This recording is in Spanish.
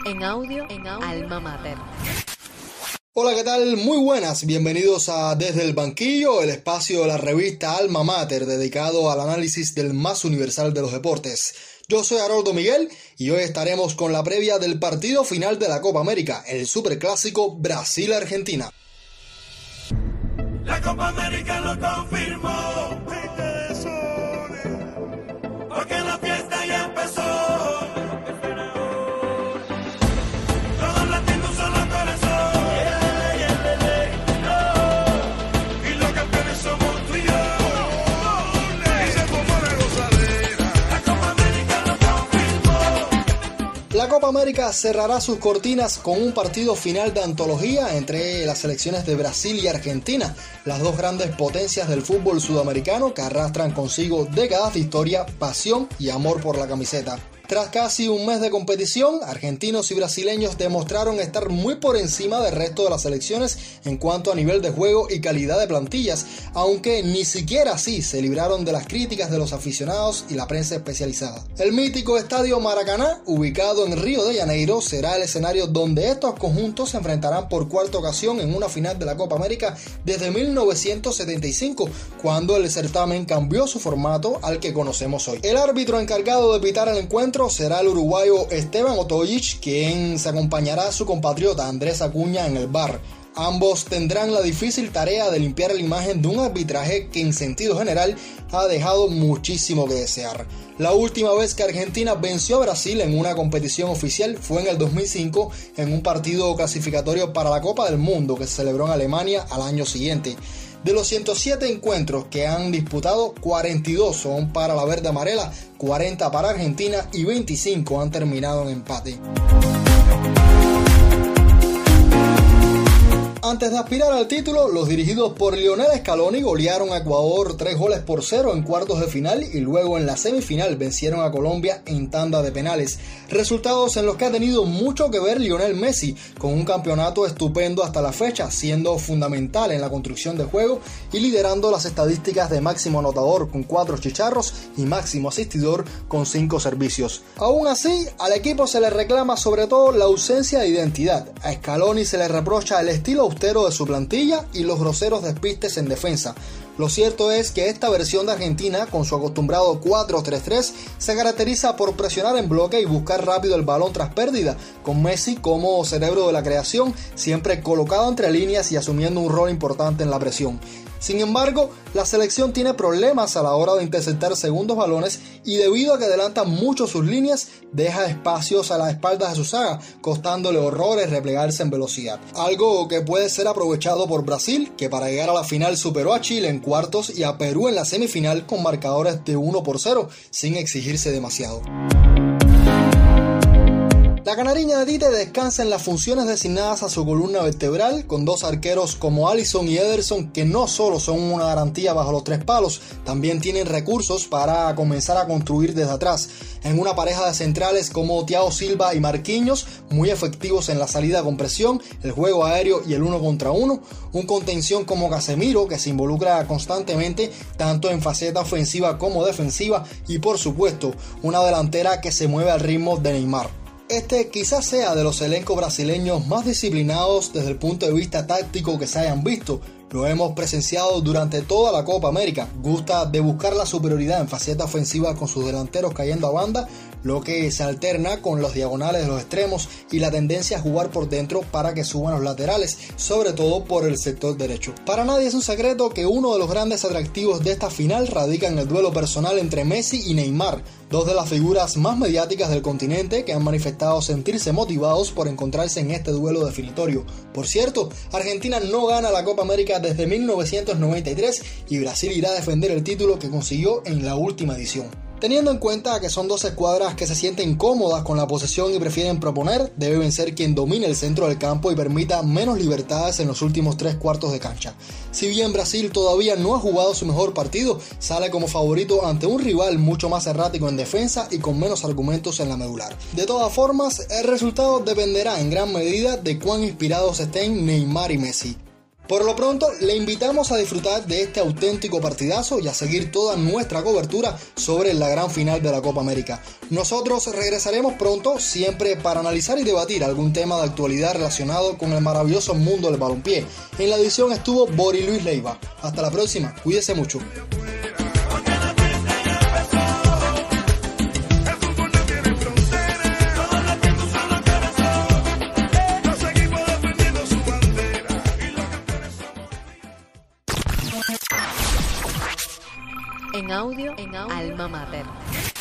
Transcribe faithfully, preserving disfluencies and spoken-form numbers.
En audio, en audio, Alma Mater. Hola, ¿qué tal? Muy buenas, bienvenidos a Desde el Banquillo, el espacio de la revista Alma Mater dedicado al análisis del más universal de los deportes. Yo soy Haroldo Miguel y hoy estaremos con la previa del partido final de la Copa América, el superclásico Brasil-Argentina. La Copa América lo confirmó, porque la fiesta ya empezó. Todos latiendo un solo corazón, yeah, yeah, yeah, no. Y los campeones somos tú y yo. Y se formó la gozadera. La Copa América lo confirmó. La Copa América cerrará sus cortinas con un partido final de antología entre las selecciones de Brasil y Argentina, las dos grandes potencias del fútbol sudamericano que arrastran consigo décadas de historia, pasión y amor por la camiseta. Tras casi un mes de competición, argentinos y brasileños demostraron estar muy por encima del resto de las selecciones en cuanto a nivel de juego y calidad de plantillas, aunque ni siquiera así se libraron de las críticas de los aficionados y la prensa especializada. El mítico Estadio Maracaná, ubicado en Río de Janeiro, será el escenario donde estos conjuntos se enfrentarán por cuarta ocasión en una final de la Copa América desde mil novecientos setenta y cinco, cuando el certamen cambió su formato al que conocemos hoy. El árbitro encargado de pitar el encuentro será el uruguayo Esteban Otojic, quien se acompañará a su compatriota Andrés Acuña en el V A R. Ambos tendrán la difícil tarea de limpiar la imagen de un arbitraje que en sentido general ha dejado muchísimo que desear. La última vez que Argentina venció a Brasil en una competición oficial fue en el dos mil cinco en un partido clasificatorio para la Copa del Mundo que se celebró en Alemania al año siguiente. De los ciento siete encuentros que han disputado, cuarenta y dos son para la verde amarela, cuarenta para Argentina y veinticinco han terminado en empate. Antes de aspirar al título, los dirigidos por Lionel Scaloni golearon a Ecuador tres goles por cero en cuartos de final y luego en la semifinal vencieron a Colombia en tanda de penales. Resultados en los que ha tenido mucho que ver Lionel Messi, con un campeonato estupendo hasta la fecha, siendo fundamental en la construcción de juego y liderando las estadísticas de máximo anotador con cuatro chicharros y máximo asistidor con cinco servicios. Aún así, al equipo se le reclama sobre todo la ausencia de identidad. A Scaloni se le reprocha el estilo austero de su plantilla y los groseros despistes en defensa. Lo cierto es que esta versión de Argentina, con su acostumbrado cuatro tres tres, se caracteriza por presionar en bloque y buscar rápido el balón tras pérdida, con Messi como cerebro de la creación, siempre colocado entre líneas y asumiendo un rol importante en la presión. Sin embargo, la selección tiene problemas a la hora de interceptar segundos balones y debido a que adelanta mucho sus líneas, deja espacios a las espaldas de su saga, costándole horrores replegarse en velocidad. Algo que puede ser aprovechado por Brasil, que para llegar a la final superó a Chile en cuartos y a Perú en la semifinal con marcadores de uno por cero, sin exigirse demasiado. La canariña de Tite descansa en las funciones designadas a su columna vertebral, con dos arqueros como Alisson y Ederson que no solo son una garantía bajo los tres palos, también tienen recursos para comenzar a construir desde atrás. En una pareja de centrales como Thiago Silva y Marquinhos, muy efectivos en la salida con presión, el juego aéreo y el uno contra uno. Un contención como Casemiro, que se involucra constantemente tanto en faceta ofensiva como defensiva. Y por supuesto, una delantera que se mueve al ritmo de Neymar. Este quizás sea de los elencos brasileños más disciplinados desde el punto de vista táctico que se hayan visto. Lo hemos presenciado durante toda la Copa América. Gusta de buscar la superioridad en faceta ofensiva con sus delanteros cayendo a banda, lo que se alterna con los diagonales de los extremos y la tendencia a jugar por dentro para que suban los laterales, sobre todo por el sector derecho. Para nadie es un secreto que uno de los grandes atractivos de esta final radica en el duelo personal entre Messi y Neymar, dos de las figuras más mediáticas del continente que han manifestado sentirse motivados por encontrarse en este duelo definitorio. Por cierto, Argentina no gana la Copa América desde mil novecientos noventa y tres y Brasil irá a defender el título que consiguió en la última edición. Teniendo en cuenta que son dos escuadras que se sienten cómodas con la posesión y prefieren proponer, debe vencer quien domine el centro del campo y permita menos libertades en los últimos tres cuartos de cancha. Si bien Brasil todavía no ha jugado su mejor partido, sale como favorito ante un rival mucho más errático en defensa y con menos argumentos en la medular. De todas formas, el resultado dependerá en gran medida de cuán inspirados estén Neymar y Messi. Por lo pronto, le invitamos a disfrutar de este auténtico partidazo y a seguir toda nuestra cobertura sobre la gran final de la Copa América. Nosotros regresaremos pronto, siempre para analizar y debatir algún tema de actualidad relacionado con el maravilloso mundo del balompié. En la edición estuvo Bori Luis Leiva. Hasta la próxima, cuídese mucho. En audio, en audio, Alma Mater.